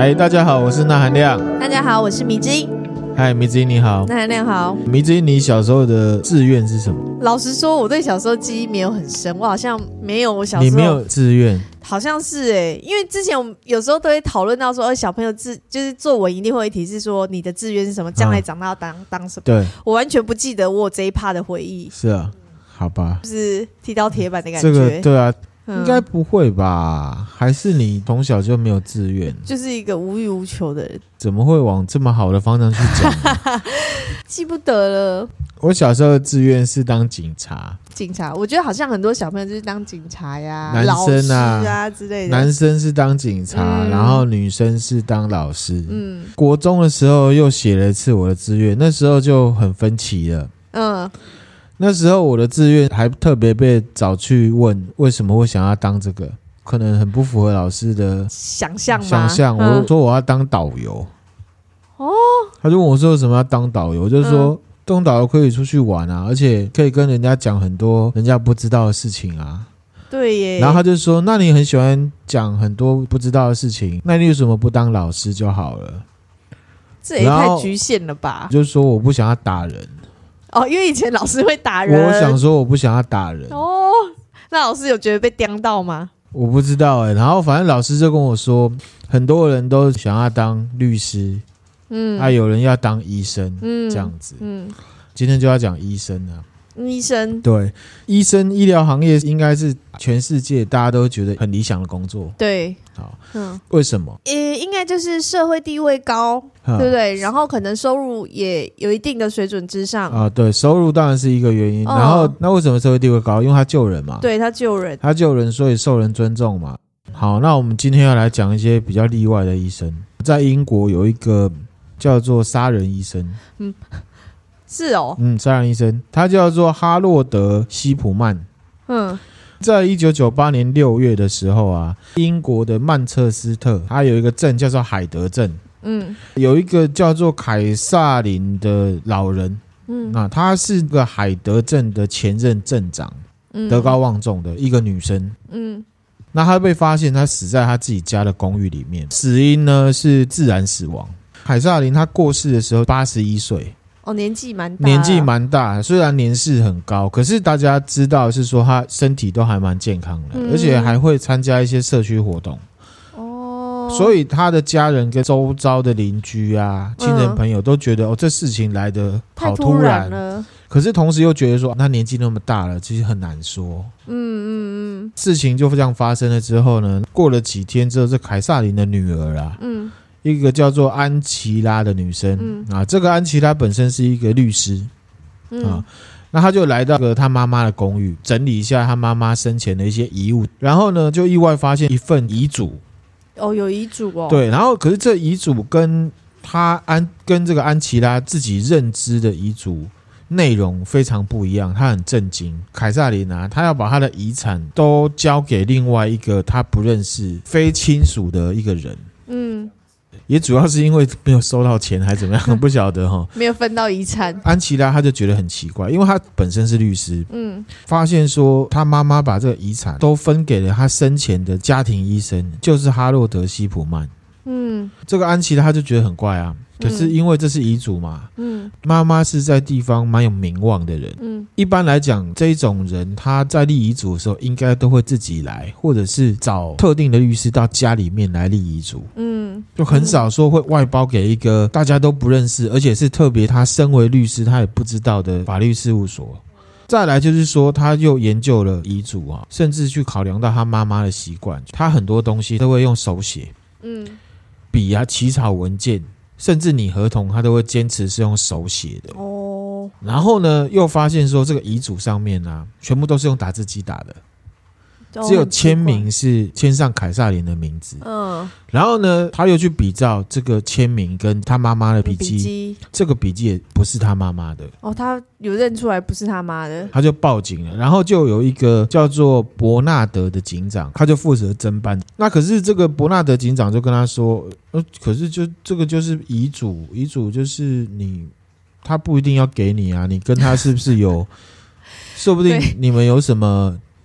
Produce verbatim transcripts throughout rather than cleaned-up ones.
嗨，大家好，我是那含亮。 大家好，我是迷之音。 嗨，迷之音你好。 那含亮好。 迷之音，你小时候的志愿是什么？ 老实说，我对小时候记忆没有很深，我好像没有我小时候。 你没有志愿？ 好像是哎、欸，因为之前我们有时候都会讨论到说，呃，小朋友志就是作文一定会提示说你的志愿是什么，将来长大要当、啊、当什么。 对， 我完全不记得我有这一趴的回忆。 是啊，好吧， 就是踢到铁板的感觉。 这个对啊。 嗯、 应该不会吧？还是你从小就没有志愿？ 就是一个无欲无求的人。 怎么会往这么好的方向去讲？ 记不得了。 我小时候的志愿是当警察。 警察，我觉得好像很多小朋友就是当警察呀、 男生啊、 老师啊之类的。 男生是当警察，嗯、然后女生是当老师。 嗯， 国中的时候又写了一次我的志愿，那时候就很分歧了。嗯。那时候我的志愿还特别被找去问为什么会想要当这个，可能很不符合老师的想象吗？ 想象， 嗯、 我说我要当导游。 哦， 他就问我说为什么要当导游，我就说、嗯、当导游可以出去玩啊，而且可以跟人家讲很多人家不知道的事情啊。 对耶。 然后他就说，那你很喜欢讲很多不知道的事情，那你为什么不当老师就好了？ 这也太局限了吧。 就是说我不想要打人。 哦，因为以前老师会打人。 我想说我不想要打人。 哦，那老师有觉得被刁到吗？ 我不知道哎、欸。然后反正老师就跟我说，很多人都想要当律师，嗯，啊，有人要当医生，嗯，这样子，嗯，今天就要讲医生了。 医生， 对，医生医疗行业应该是全世界大家都觉得很理想的工作。 对， 好，嗯，为什么？ 呃，应该就是社会地位高，对不对？然后可能收入也有一定的水准之上啊。对，收入当然是一个原因。哦、然后，那为什么社会地位高？因为他救人嘛。 对，他救人， 他救人，所以受人尊重嘛。好，那我们今天要来讲一些比较例外的医生。在英国有一个叫做杀人医生。嗯。 是哦， 嗯，杀人医生，他叫做哈洛德·希普曼。嗯，在一九九八年六月的时候啊，英国的曼彻斯特，它有一个镇叫做海德镇。嗯，有一个叫做凯撒琳的老人。嗯，那她是个海德镇的前任镇长，嗯、德高望重的一个女生。嗯，那她被发现她死在她自己家的公寓里面，死因呢是自然死亡。凯撒琳她过世的时候八十一岁。 哦，年纪蛮大， 年纪蛮大，虽然年事很高，可是大家知道是说他身体都还蛮健康的，嗯、而且还会参加一些社区活动。哦，所以他的家人跟周遭的邻居啊、亲、嗯、人朋友都觉得哦，这事情来得好突然， 太突然了。 可是同时又觉得说，他年纪那么大了，其实很难说。嗯嗯嗯。事情就这样发生了之后呢，过了几天之后，这凯撒琳的女儿啊，嗯。一个叫做安琪拉的女生、嗯、啊，这个安琪拉本身是一个律师、嗯、啊，那她就来到了她妈妈的公寓，整理一下她妈妈生前的一些遗物，然后呢，就意外发现一份遗嘱。 哦，有遗嘱哦。 对，然后可是这遗嘱跟她安跟这个安琪拉自己认知的遗嘱内容非常不一样，她很震惊。凯撒琳啊，她要把她的遗产都交给另外一个她不认识、非亲属的一个人。嗯。也主要是因为没有收到钱还怎么样不晓得齁， 没有分到遗产。 安琪拉他就觉得很奇怪，因为他本身是律师，嗯，发现说他妈妈把这个遗产都分给了他生前的家庭医生，就是哈洛德·希普曼。嗯，这个安琪拉他就觉得很怪啊，可是因为这是遗嘱嘛，嗯，妈妈是在地方蛮有名望的人，嗯，一般来讲这一种人他在立遗嘱的时候应该都会自己来，或者是找特定的律师到家里面来立遗嘱，嗯，就很少说会外包给一个大家都不认识，而且是特别他身为律师他也不知道的法律事务所。再来就是说他又研究了遗嘱啊，甚至去考量到他妈妈的习惯，他很多东西都会用手写，嗯，笔啊起草文件，甚至拟合同他都会坚持是用手写的哦。然后呢又发现说这个遗嘱上面啊全部都是用打字机打的，只有签名是签上凯撒琳的名字。嗯，然后呢他又去比照这个签名跟他妈妈的笔记，笔记这个笔记也不是他妈妈的哦，他有认出来不是他妈的， 他就报警了。然后就有一个叫做伯纳德的警长，他就负责侦办。那可是这个伯纳德警长就跟他说，呃，可是就这个就是遗嘱，遗嘱就是你他不一定要给你啊，你跟他是不是有说不定你们有什么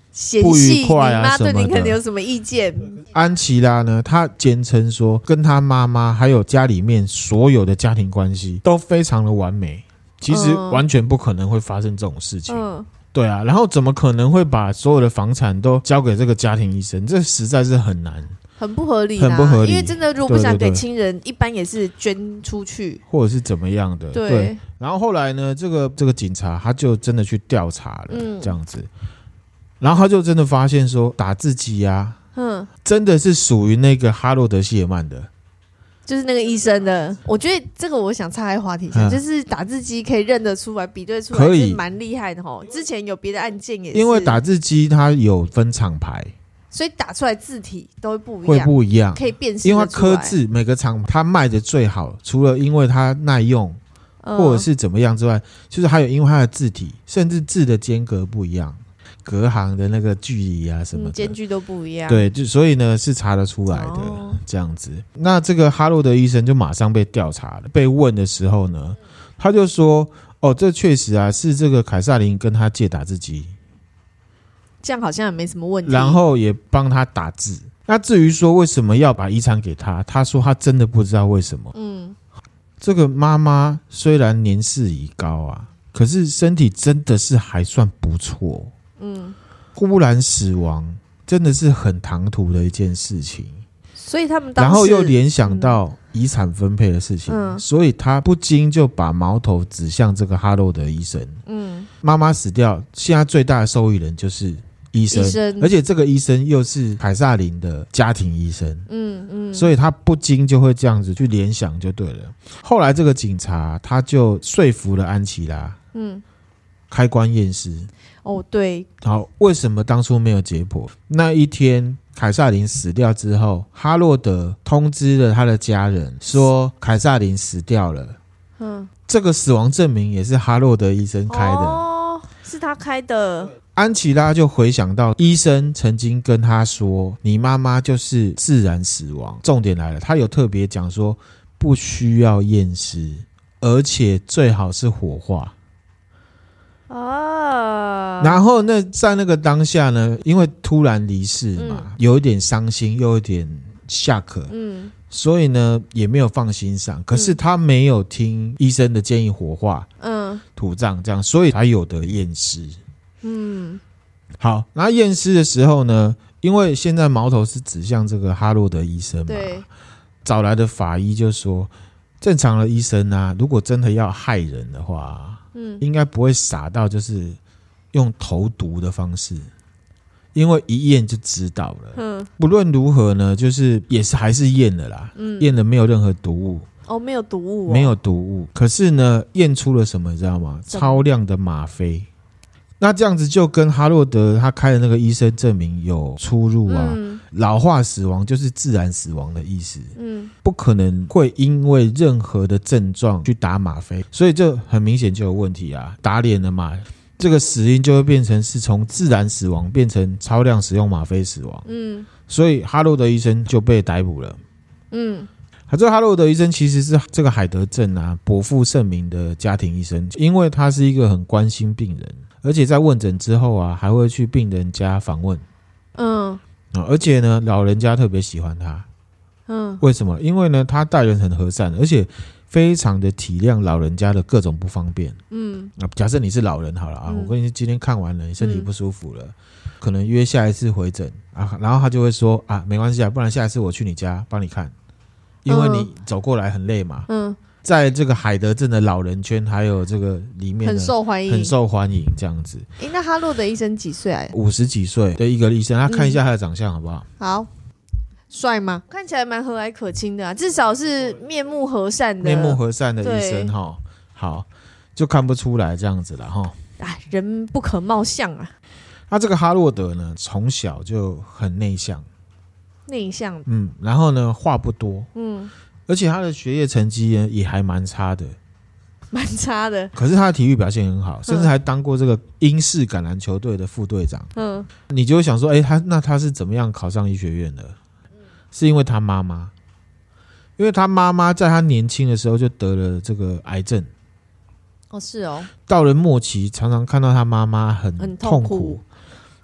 不愉快啊你妈什么的， 对你可能有什么意见？ 安琪拉呢，她坚称说，跟她妈妈还有家里面所有的家庭关系都非常的完美，其实完全不可能会发生这种事情。嗯，对啊，然后怎么可能会把所有的房产都交给这个家庭医生？这实在是很难。 很不合理啦， 很不合理， 因为真的如果不想给亲人，对对对，一般也是捐出去， 或者是怎么样的。 对, 对。然后后来呢，这个这个警察他就真的去调查了，嗯，这样子，然后他就真的发现说，打字机啊，嗯，真的是属于那个哈洛德·希尔曼的， 就是那个医生的。我觉得这个我想岔开话题一下，嗯，就是打字机可以认得出来、比对出来，可以是蛮厉害的吼。之前有别的案件也是， 因为打字机它有分厂牌。 所以打出来字体都会不一样， 会不一样， 可以辨识， 因为它刻字每个厂它卖的最好，除了因为它耐用，嗯，或者是怎么样之外，就是还有因为它的字体，甚至字的间隔不一样，隔行的那个距离啊什么的， 间距都不一样。 对，就所以呢是查得出来的，哦，这样子。那这个哈洛德医生就马上被调查了，被问的时候呢，他就说：“哦，这确实啊，是这个凯撒琳跟他借打字机。” 这样好像也没什么问题， 然后也帮他打字。那至于说为什么要把遗产给他，他说他真的不知道为什么。嗯，这个妈妈虽然年事已高啊，可是身体真的是还算不错。嗯，忽然死亡真的是很唐突的一件事情。 所以他们当时， 然后又联想到遗产分配的事情，嗯，所以他不禁就把矛头指向这个哈洛德医生。嗯，妈妈死掉，现在最大的受益人就是医生，医生，而且这个医生又是凯撒琳的家庭医生，嗯嗯，所以他不禁就会这样子去联想就对了。后来这个警察他就说服了安琪拉，嗯，开棺验尸。 哦，对， 好，为什么当初没有解剖？那一天凯撒琳死掉之后，哈洛德通知了他的家人说凯撒琳死掉了，嗯，这个死亡证明也是哈洛德医生开的， 哦，是他开的。 安琪拉就回想到医生曾经跟他说，你妈妈就是自然死亡。重点来了，他有特别讲说不需要验尸，而且最好是火化。哦，然后那在那个当下呢，因为突然离世嘛，嗯，有一点伤心，又有点吓可，嗯，所以呢也没有放心上。可是他没有听医生的建议火化，嗯，土葬这样，所以才有得验尸。嗯，好，然后验尸的时候呢，因为现在矛头是指向这个哈洛德医生嘛，对，找来的法医就说，正常的医生啊，如果真的要害人的话，嗯，应该不会傻到就是用投毒的方式，因为一验就知道了。嗯，不论如何呢，就是也是还是验了啦，嗯，验了没有任何毒物。 哦，没有毒物，哦， 没有毒物。可是呢，验出了什么，你知道吗？超量的吗啡。那这样子就跟哈洛德他开的那个医生证明有出入啊，嗯，老化死亡就是自然死亡的意思，嗯，不可能会因为任何的症状去打吗啡，所以这很明显就有问题啊，打脸了嘛，这个死因就会变成是从自然死亡变成超量使用吗啡死亡，嗯，所以哈洛德医生就被逮捕了，嗯。这个哈洛德医生其实是这个海德镇啊颇负盛名的家庭医生，因为他是一个很关心病人，而且在问诊之后啊还会去病人家访问，嗯，而且呢老人家特别喜欢他，嗯，为什么？因为呢他待人很和善，而且非常的体谅老人家的各种不方便，嗯，假设你是老人好了啊，嗯，我跟你今天看完了，你身体不舒服了，嗯，可能约下一次回诊啊，然后他就会说啊没关系啊，不然下一次我去你家帮你看。因为你走过来很累嘛，嗯，在这个海德镇的老人圈还有这个里面很受欢迎， 很受欢迎这样子。 诶，那哈洛德医生几岁啊？ 五十几岁的一个医生，他看一下他的长相好不好？ 嗯，好，帅吗？看起来蛮和蔼可亲的啊，至少是面目和善的， 面目和善的医生哈。好，就看不出来这样子了哈。 哎，人不可貌相啊。 那这个哈洛德呢，从小就很内向。 内向， 嗯，然后呢，话不多，嗯，而且他的学业成绩呢也还蛮差的， 蛮差的。可是他的体育表现很好，甚至还当过这个英式橄榄球队的副队长。嗯，你就会想说，哎，他那他是怎么样考上医学院的？是因为他妈妈，因为他妈妈在他年轻的时候就得了这个癌症。 哦，是哦。 到了末期，常常看到他妈妈很痛苦。很痛苦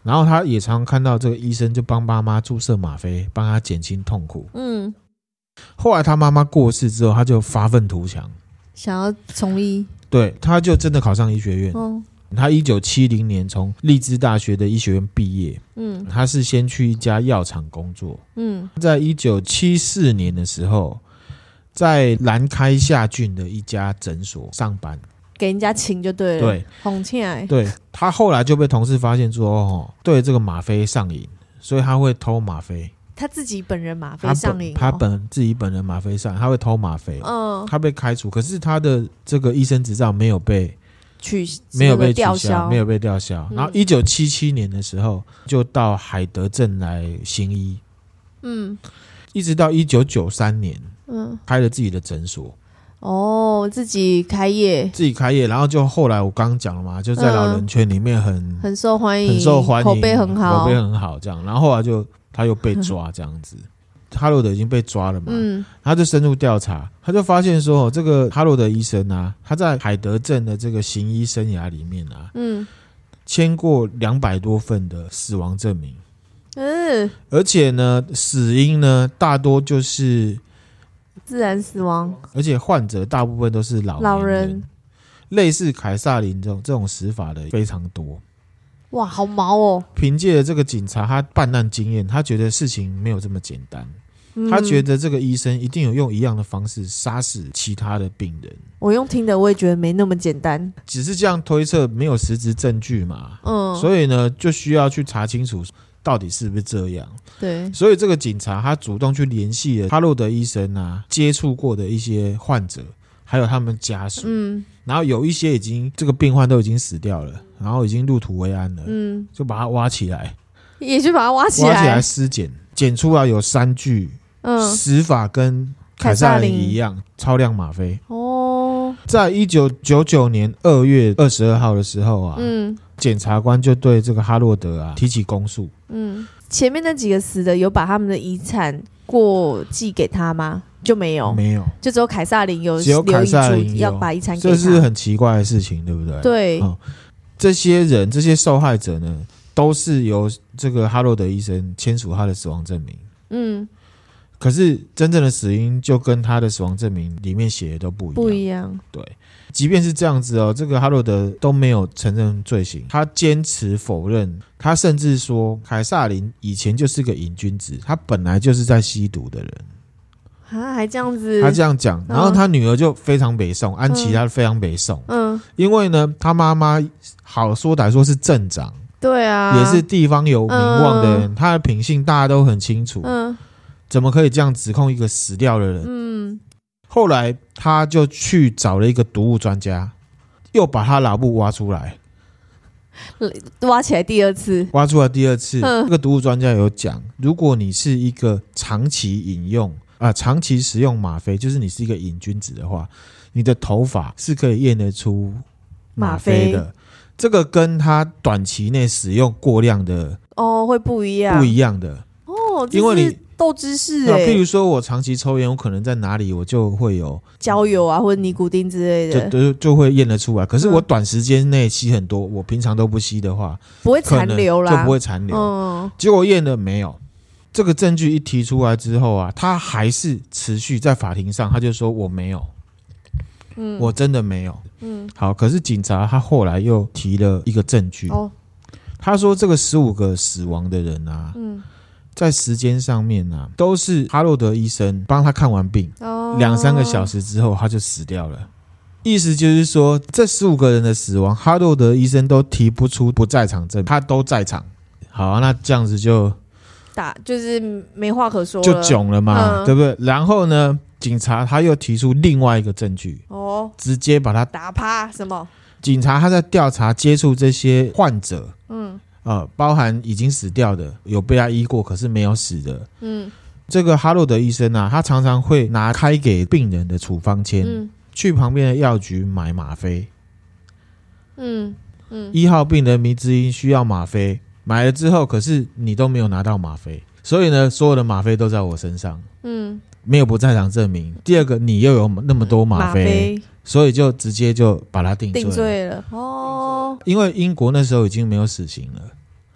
然后他也常常看到这个医生就帮妈妈注射吗啡，帮他减轻痛苦。嗯，后来他妈妈过世之后，他就发愤图强， 想要从医。对， 他就真的考上医学院。哦，他一九七零年从利兹大学的医学院毕业。嗯，他是先去一家药厂工作。嗯，在一九七四年的时候，在兰开夏郡的一家诊所上班， 给人家请就对了。对，哄起来。 对，他后来就被同事发现说，哦，对这个吗啡上瘾，所以他会偷吗啡。 他自己本人吗啡上瘾。哦， 他本自己本人吗啡上瘾，他会偷吗啡。嗯，他被开除，可是他的这个医生执照没有被取， 没有被取消，没有被吊销。嗯，然后一九七七年的时候，就到海德镇来行医。嗯，一直到一九九三年。嗯，开了自己的诊所。 哦，自己开业， 自己开业，然后就后来我刚刚讲了嘛，就在老人圈里面很、嗯、 很受欢迎， 很受欢迎， 口碑很好， 口碑很好，这样。然后后来就他又被抓，这样子。哈罗德已经被抓了嘛，嗯，他就深入调查，他就发现说，这个哈罗德医生啊，他在海德镇的这个行医生涯里面啊，嗯，签过两百多份的死亡证明。嗯，而且呢，死因呢大多就是自然死亡， 而且患者大部分都是老年人，老人类似凯撒琳这种这种死法的非常多。 哇，好毛哦！ 凭借着这个警察他办案经验，他觉得事情没有这么简单。嗯，他觉得这个医生一定有用一样的方式杀死其他的病人。 我用听的我也觉得没那么简单， 只是这样推测，没有实质证据嘛。嗯，所以呢，就需要去查清楚到底是不是这样。 对， 所以这个警察他主动去联系了哈洛德医生啊接触过的一些患者，还有他们家属。嗯，然后有一些已经这个病患都已经死掉了，然后已经入土为安了。嗯，就把他挖起来， 也去把他挖起来， 挖起来尸检，检出来有三具。嗯，死法跟凯撒琳一样，超量吗啡。哦，在一九九九年二月二十二号的时候啊，嗯，检察官就对这个哈洛德啊提起公诉。嗯， 前面那几个死的有把他们的遗产过继给他吗？就没有， 没有， 就只有凯撒琳有， 只有凯撒琳要把遗产给他， 这是很奇怪的事情，对不对？ 对， 哦，这些人，这些受害者呢，都是由这个哈洛德医生签署他的死亡证明。嗯。可是真正的死因就跟他的死亡证明里面写的都不一样， 不一样。 对，即便是这样子哦，这个哈洛德都没有承认罪行，他坚持否认，他甚至说凯撒琳以前就是个瘾君子，他本来就是在吸毒的人。 啊，还这样子？ 他这样讲，然后他女儿就非常北宋，嗯，安琪她非常北宋。嗯，因为呢，他妈妈好说歹说是镇长， 对啊， 也是地方有名望的人，嗯，他的品性大家都很清楚。嗯。怎么可以这样指控一个死掉的人？嗯，后来他就去找了一个毒物专家，又把他脑部挖出来， 挖起来第二次， 挖出来第二次。这个毒物专家有讲，如果你是一个长期饮用啊、呃，长期食用吗啡，就是你是一个瘾君子的话，你的头发是可以验得出吗啡的。这个跟他短期内使用过量的哦会不一样， 不一样的哦， 因为你。 斗知识哎， 譬如说我长期抽烟，我可能在哪里我就会有焦油啊，或者尼古丁之类的， 就就会验得出来。可是我短时间内吸很多，我平常都不吸的话， 不会残留啦， 就不会残留。嗯，结果验的没有，这个证据一提出来之后啊，他还是持续在法庭上，他就说我没有，嗯，我真的没有，嗯，好。可是警察他后来又提了一个证据，哦，他说这个十五个死亡的人啊，嗯。在时间上面啊，都是哈洛德医生帮他看完病，两、oh. 三个小时之后他就死掉了。意思就是说，这十五个人的死亡，哈洛德医生都提不出不在场证，他都在场。好，那这样子就打就是没话可说了， 就囧了嘛，嗯，对不对？然后呢，警察他又提出另外一个证据，哦， oh. 直接把他打趴什么？ 警察他在调查接触这些患者，嗯。呃，包含已经死掉的，有被他医过可是没有死的。嗯，这个哈洛德医生啊，他常常会拿开给病人的处方签，嗯，去旁边的药局买吗啡。嗯嗯，一号病人迷之音需要吗啡，买了之后，可是你都没有拿到吗啡，所以呢，所有的吗啡都在我身上。嗯，没有不在场证明。第二个，你又有那么多吗啡，所以就直接就把他定罪了。 定罪了哦。 因为英国那时候已经没有死刑了，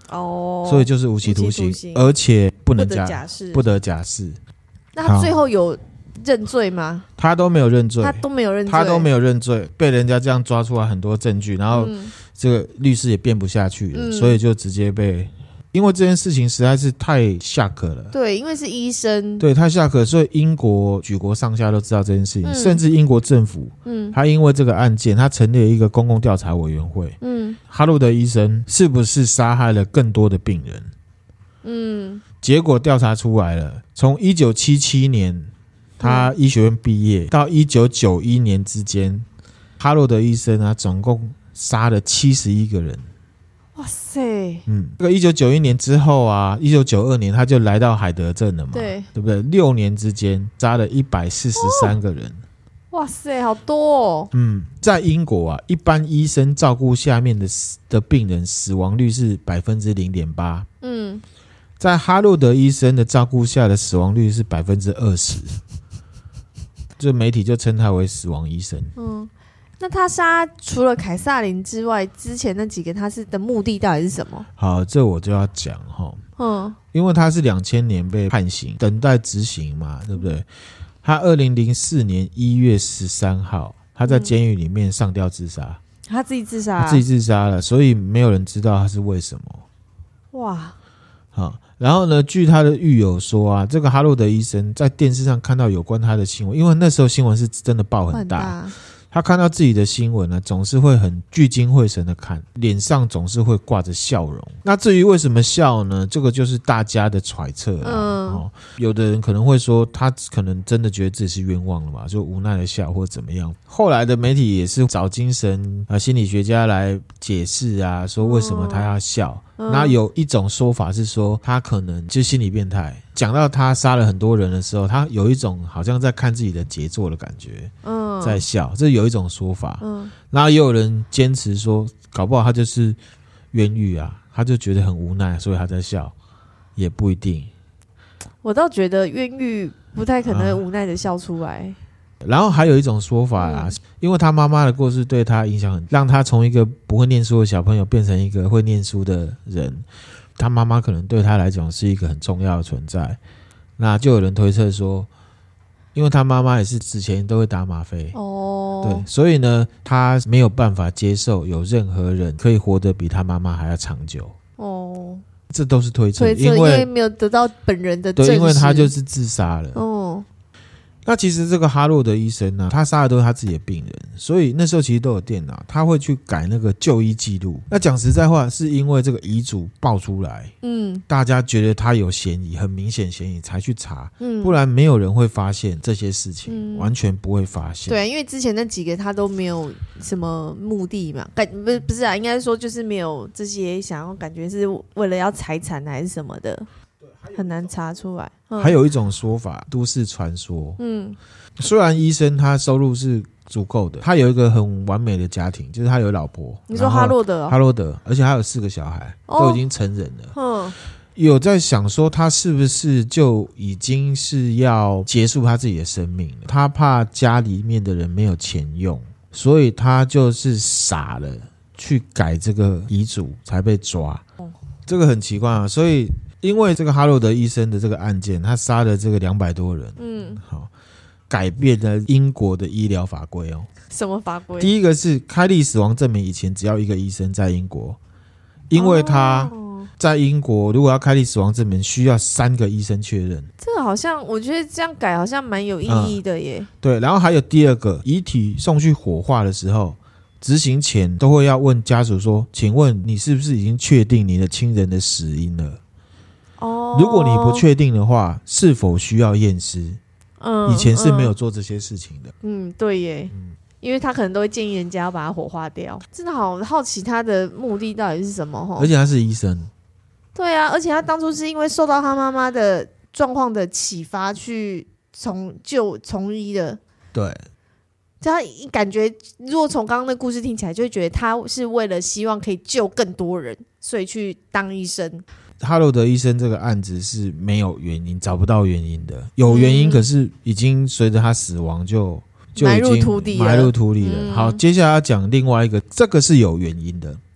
哦， 所以就是无期徒刑，而且不能假释，不得假释。 那他最后有认罪吗？ 他都没有认罪， 他都没有认罪， 他都没有认罪，被人家这样抓出来很多证据，然后这个律师也辩不下去了，嗯、所以就直接被。因为这件事情实在是太下课了， 对，因为是医生， 对，太下课，所以英国举国上下都知道这件事情，嗯、甚至英国政府，嗯，他因为这个案件，他成立了一个公共调查委员会，嗯，哈洛德医生是不是杀害了更多的病人？嗯，结果调查出来了，从一九七七年他医学院毕业到一九九一年之间，哈洛德医生啊，总共杀了七十一个人。 哇塞！ 嗯，这个一九九一年之后啊，一九九二年他就来到海德镇了嘛，对，对不对？六年之间杀了一百四十三个人。 哦，哇塞，好多哦！ 嗯，在英国啊，一般医生照顾下面的的病人死亡率是百分之零点八。嗯，在哈洛德医生的照顾下的死亡率是百分之二十。这媒体就称他为死亡医生。嗯。 那他杀除了凯撒琳之外，之前那几个他是的目的到底是什么？ 好，这我就要讲哈。嗯，因为他是两千年被判刑，等待执行嘛，对不对？他二零零四年一月十三号，他在监狱里面上吊自杀、嗯， 他自己自杀、啊， 他自己自杀了，所以没有人知道他是为什么。哇，好，然后呢？据他的狱友说啊，这个哈洛德医生在电视上看到有关他的新闻，因为那时候新闻是真的报很大。很大他看到自己的新闻呢，总是会很聚精会神的看，脸上总是会挂着笑容。那至于为什么笑呢？这个就是大家的揣测啦、嗯哦、有的人可能会说他可能真的觉得自己是冤枉了嘛，就无奈的笑或怎么样。后来的媒体也是找精神啊心理学家来解释啊，说为什么他要笑。嗯、那有一种说法是说他可能就心理变态，讲到他杀了很多人的时候，他有一种好像在看自己的杰作的感觉，嗯，在笑，这有一种说法。嗯，然后也有人坚持说，搞不好他就是冤狱啊，他就觉得很无奈，所以他在笑，也不一定。 我倒觉得冤狱不太可能无奈的笑出来。啊然后还有一种说法啦、嗯，因为他妈妈的过世对他影响很，让他从一个不会念书的小朋友变成一个会念书的人，他妈妈可能对他来讲是一个很重要的存在。那就有人推测说，因为他妈妈也是之前都会打吗啡，哦，对，所以呢，他没有办法接受有任何人可以活得比他妈妈还要长久。哦，这都是推测， 推测因为没有得到本人的证实， 对，因为他就是自杀了。哦。那其实这个哈洛德医生呢、啊，他杀的都是他自己的病人，所以那时候其实都有电脑，他会去改那个就医记录。那讲实在话，是因为这个遗嘱爆出来，嗯，大家觉得他有嫌疑，很明显嫌疑才去查，嗯，不然没有人会发现这些事情，嗯、完全不会发现。 对，因为之前那几个他都没有什么目的嘛，感不是不是啊，应该说就是没有这些想要感觉是为了要财产还是什么的。很难查出来、 嗯、还有一种说法，都市传说，嗯，虽然医生他收入是足够的，他有一个很完美的家庭，就是他有老婆， 你说哈洛德、哦、 哈洛德，而且他有四个小孩、哦、都已经成人了、嗯、有在想说他是不是就已经是要结束他自己的生命了，他怕家里面的人没有钱用，所以他就是傻了去改这个遗嘱才被抓、嗯、这个很奇怪啊。所以因为这个哈洛德医生的这个案件，他杀了这个两百多人，嗯，好，改变了英国的医疗法规哦。 什么法规？ 第一个是开立死亡证明以前只要一个医生在英国，因为他在英国如果要开立死亡证明，需要三个医生确认。 这个好像我觉得这样改好像蛮有意义的耶、嗯。 对，然后还有第二个，遗体送去火化的时候，执行前都会要问家属说：“请问你是不是已经确定你的亲人的死因了？”哦，如果你不确定的话，是否需要验尸？嗯，以前是没有做这些事情的。 嗯，对耶，嗯，因为他可能都会建议人家要把它火化掉。真的好好奇他的目的到底是什么齁？ 而且他是医生。 对啊，而且他当初是因为受到他妈妈的状况的启发去从救从医的。 对。 他感觉如果从刚刚的故事听起来，就会觉得他是为了希望可以救更多人，所以去当医生。 哈洛德医生这个案子是没有原因，找不到原因的。有原因，可是已经随着他死亡就就已经埋入土地了。 埋入土里了。嗯、好，接下来要讲另外一个，这个是有原因的。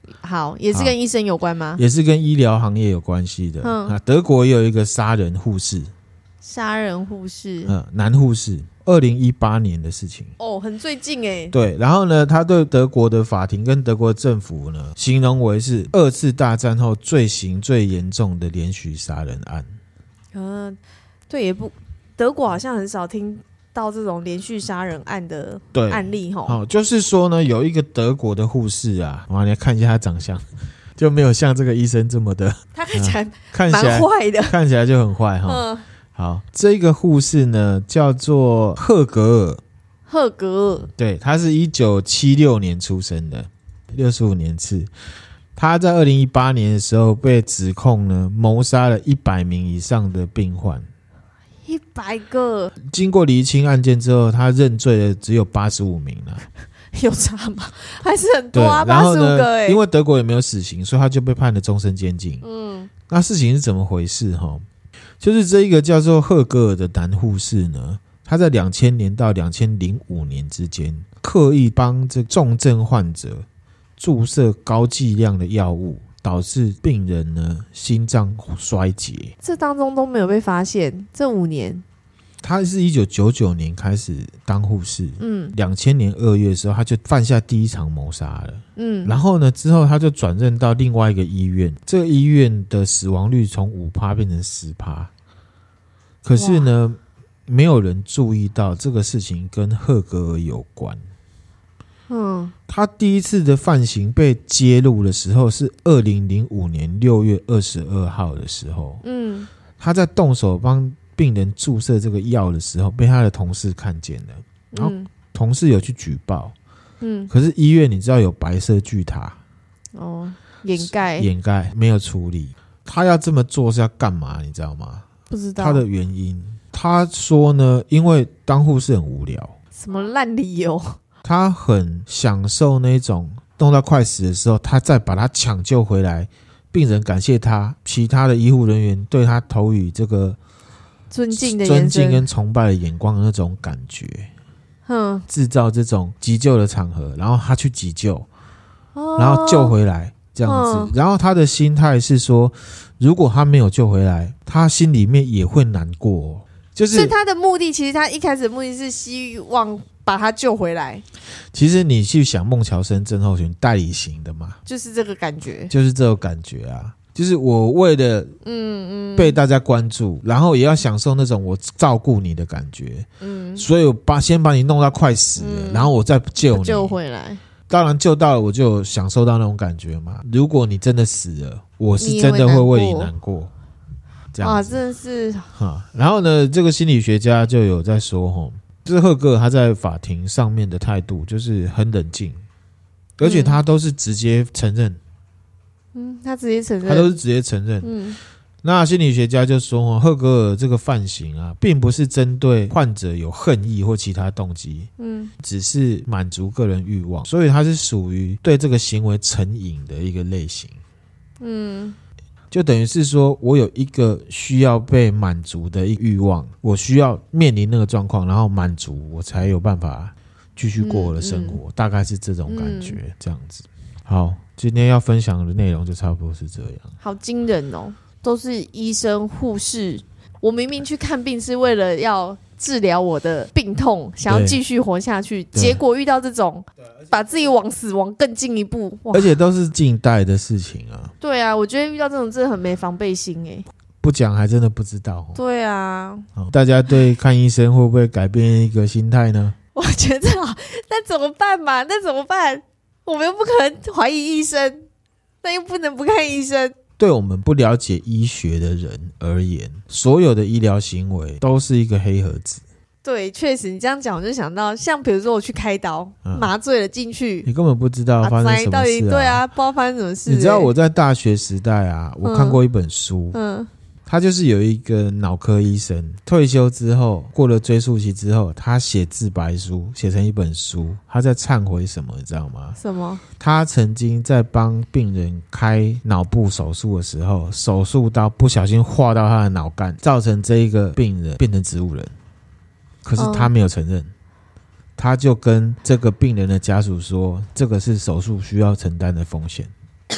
好，也是跟医生有关吗？ 也是跟医疗行业有关系的。嗯，德国也有一个杀人护士， 杀人护士， 嗯，男护士，二零一八年的事情。 哦，很最近哎。 对，然后呢，他对德国的法庭跟德国政府呢，形容为是二次大战后罪行最严重的连续杀人案。嗯， 对，也不，德国好像很少听到这种连续杀人案的案例齁。 哦，就是说呢，有一个德国的护士啊，我来看一下他长相，就没有像这个医生这么的， 他看起来蛮坏的， 看起来就很坏哈。嗯，好，这个护士呢叫做赫格尔。 赫格尔， 对，他是一九七六年出生的，六十五年次。他在二零一八年的时候被指控呢谋杀了一百名以上的病患。 一百个， 经过厘清案件之后，他认罪的只有八十五名了。 有差吗？还是很多啊，八十五个哎、欸。 因为德国也没有死刑，所以他就被判了终身监禁。嗯，那事情是怎么回事哈？就是这一个叫做赫格尔的男护士呢，他在两千年到两千零五年之间，刻意帮这重症患者注射高剂量的药物，导致病人呢心脏衰竭。 这当中都没有被发现。这五年， 他是一九九九年开始当护士，嗯，两千年二月的时候，他就犯下第一场谋杀了，嗯，然后呢，之后他就转任到另外一个医院，这个医院的死亡率从五趴变成十趴，可是呢，没有人注意到这个事情跟赫格尔有关。嗯，他第一次的犯行被揭露的时候是二零零五年六月二十二号的时候，嗯，他在动手帮病人注射这个药的时候被他的同事看见了，然后同事有去举报，嗯，可是医院你知道有白色巨塔， 哦，掩盖掩盖没有处理。他要这么做是要干嘛你知道吗？ 不知道。 他的原因他说呢，因为当护士很无聊。 什么烂理由？ 他很享受那种弄到快死的时候，他再把他抢救回来，病人感谢他，其他的医护人员对他投予这个尊敬的尊敬跟崇拜的眼光的那种感觉，嗯，制造这种急救的场合，然后他去急救，哦、然后救回来这样子、哦，然后他的心态是说，如果他没有救回来，他心里面也会难过、哦，就是所以他的目的，其实他一开始的目的是希望把他救回来。 其实你去想孟乔森症候群代理型的嘛， 就是这个感觉， 就是这种感觉啊。就是我为了嗯嗯被大家关注、嗯嗯，然后也要享受那种我照顾你的感觉，嗯，所以我把先把你弄到快死了、嗯，然后我再救你救回来。 当然救到了，我就有享受到那种感觉嘛。如果你真的死了，我是真的会为你难过。这样子啊，真的是哈。然后呢，这个心理学家就有在说哈，就是赫格尔他在法庭上面的态度就是很冷静，而且他都是直接承认。 嗯，他直接承认， 他都是直接承认。嗯，那心理学家就说，赫格尔这个犯行啊，并不是针对患者有恨意或其他动机，嗯，只是满足个人欲望，所以他是属于对这个行为成瘾的一个类型。嗯，就等于是说我有一个需要被满足的一个欲望，我需要面临那个状况，然后满足，我才有办法继续过我的生活，嗯嗯、大概是这种感觉，嗯、这样子。好。今天要分享的内容就差不多是这样。 好惊人哦，都是医生护士。我明明去看病是为了要治疗我的病痛，想要继续活下去，结果遇到这种把自己往死亡更进一步， 而且都是近代的事情啊。 对啊，我觉得遇到这种真的很没防备心耶。 不讲还真的不知道。 对啊， 大家对看医生会不会改变一个心态呢？ 我觉得好，那怎么办嘛？那怎么办？我们又不可能怀疑医生，但又不能不看医生。 对我们不了解医学的人而言，所有的医疗行为都是一个黑盒子。 对，确实你这样讲，我就想到，像比如说我去开刀，嗯、麻醉了进去， 你根本不知道发生什么事、啊。 对啊，不知道发生什么事、欸。 你知道我在大学时代啊，我看过一本书，嗯。嗯他就是有一个脑科医生退休之后，过了追溯期之后，他写自白书，写成一本书，他在忏悔什么，你知道吗？ 什么？ 他曾经在帮病人开脑部手术的时候，手术刀不小心划到他的脑干，造成这一个病人变成植物人。可是他没有承认，哦、他就跟这个病人的家属说，这个是手术需要承担的风险。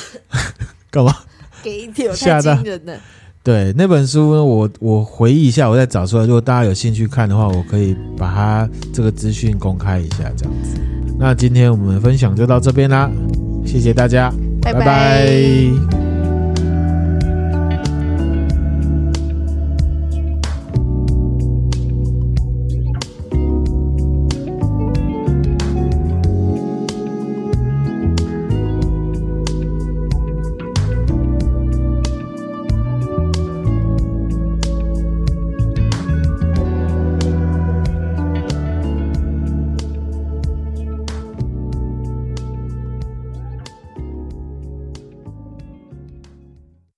干嘛？ 给一条太惊人了。 对，那本书呢，我我回忆一下，我再找出来。如果大家有兴趣看的话，我可以把它这个资讯公开一下，这样子。那今天我们分享就到这边啦，谢谢大家， 拜拜。 拜拜。